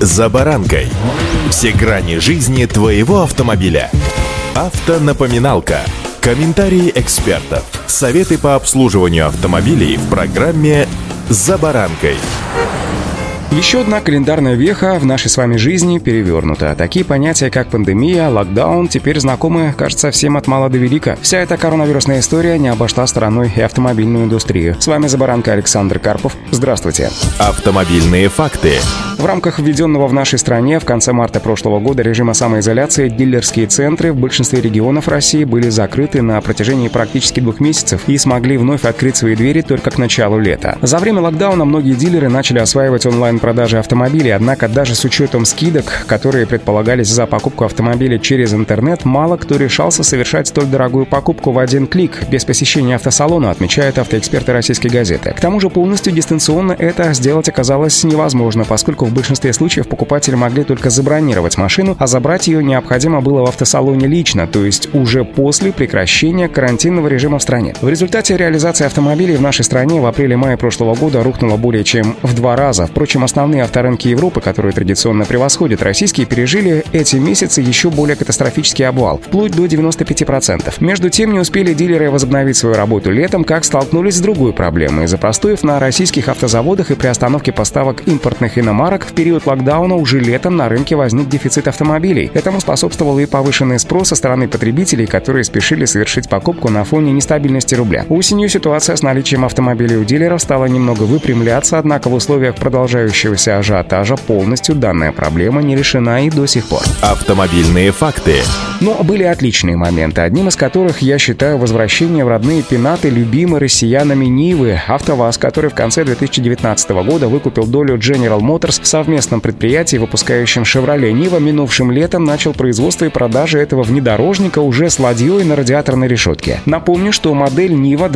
«За баранкой». Все грани жизни твоего автомобиля. Автонапоминалка. Комментарии экспертов. Советы по обслуживанию автомобилей в программе «За баранкой». Еще одна календарная веха в нашей с вами жизни перевернута. Такие понятия, как пандемия, локдаун, теперь знакомы, кажется, всем от мала до велика. Вся эта коронавирусная история не обошла стороной и автомобильную индустрию. С вами «За баранкой» Александр Карпов. Здравствуйте. Автомобильные факты. В рамках введенного в нашей стране в конце марта прошлого года режима самоизоляции дилерские центры в большинстве регионов России были закрыты на протяжении практически 2 месяцев и смогли вновь открыть свои двери только к началу лета. За время локдауна многие дилеры начали осваивать онлайн-продажи автомобилей, однако даже с учетом скидок, которые предполагались за покупку автомобиля через интернет, мало кто решался совершать столь дорогую покупку в один клик, без посещения автосалона, отмечают автоэксперты «Российской газеты». К тому же полностью дистанционно это сделать оказалось невозможно, поскольку в большинстве случаев покупатели могли только забронировать машину, а забрать ее необходимо было в автосалоне лично, то есть уже после прекращения карантинного режима в стране. В результате реализация автомобилей в нашей стране в апреле-мае прошлого года рухнула более чем в 2 раза. Впрочем, основные авторынки Европы, которые традиционно превосходят российские, пережили эти месяцы еще более катастрофический обвал, вплоть до 95%. Между тем, не успели дилеры возобновить свою работу летом, как столкнулись с другой проблемой. Из-за простоев на российских автозаводах и приостановки поставок импортных иномарок в период локдауна уже летом на рынке возник дефицит автомобилей. Этому способствовал и повышенный спрос со стороны потребителей, которые спешили совершить покупку на фоне нестабильности рубля. Осенью ситуация с наличием автомобилей у дилеров стала немного выпрямляться, однако в условиях продолжающегося ажиотажа полностью данная проблема не решена и до сих пор. Автомобильные факты. Но были отличные моменты, одним из которых я считаю возвращение в родные пенаты любимой россиянами Нивы АвтоВАЗ, который в конце 2019 года выкупил долю General Motors в совместном предприятии, выпускающем Chevrolet. Нива минувшим летом начал производство и продажи этого внедорожника уже с ладьей на радиаторной решетке. Напомню, что модель Нива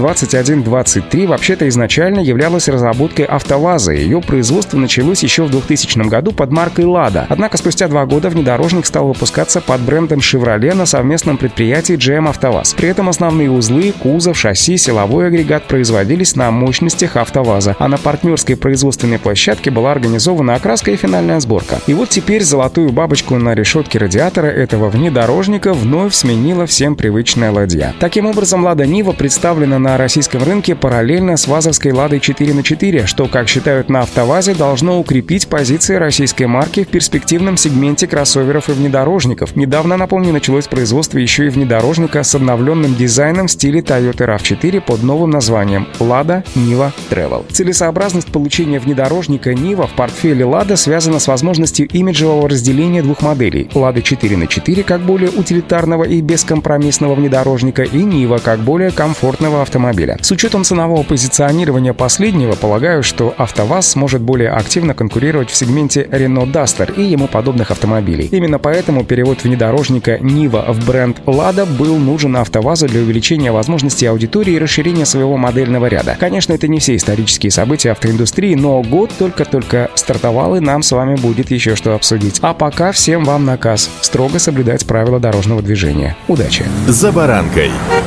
2123 вообще-то изначально являлась разработкой АвтоВАЗа. Ее производство началось еще в 2000 году под маркой «Лада». Однако спустя 2 года внедорожник стал выпускаться под брендом Chevrolet на совместном предприятии GM АвтоВАЗ. При этом основные узлы, кузов, шасси, силовой агрегат производились на мощностях АвтоВАЗа, а на партнерской производственной площадке была организована окраска и финальная сборка. И вот теперь золотую бабочку на решетке радиатора этого внедорожника вновь сменила всем привычная ладья. Таким образом, «Лада Нива» представлена на российском рынке параллельно с ВАЗовской «Ладой 4х4», что, как считают на АвтоВАЗе, должно укрепить позиции российской марки в перспективном сегменте кроссоверов и внедорожников. Недавно, напомню, началось производство еще и внедорожника с обновленным дизайном в стиле Toyota RAV4 под новым названием «Lada Niva Travel». Целесообразность получения внедорожника Нива в портфеле «Лада» связана с возможностью имиджевого разделения 2 моделей – «Лада 4х4» как более утилитарного и бескомпромиссного внедорожника и «Нива» как более комфортного автомобиля. С учетом ценового позиционирования последнего, полагаю, что АвтоВАЗ сможет более активно конкурировать в сегменте Renault Duster и ему подобных автомобилей. Именно поэтому перевод внедорожника Нива в бренд «Лада» был нужен АвтоВАЗу для увеличения возможностей аудитории и расширения своего модельного ряда. Конечно, это не все исторические события автоиндустрии, но год только-только стартовал, и нам с вами будет еще что обсудить. А пока всем вам наказ: строго соблюдать правила дорожного движения. Удачи! «За баранкой».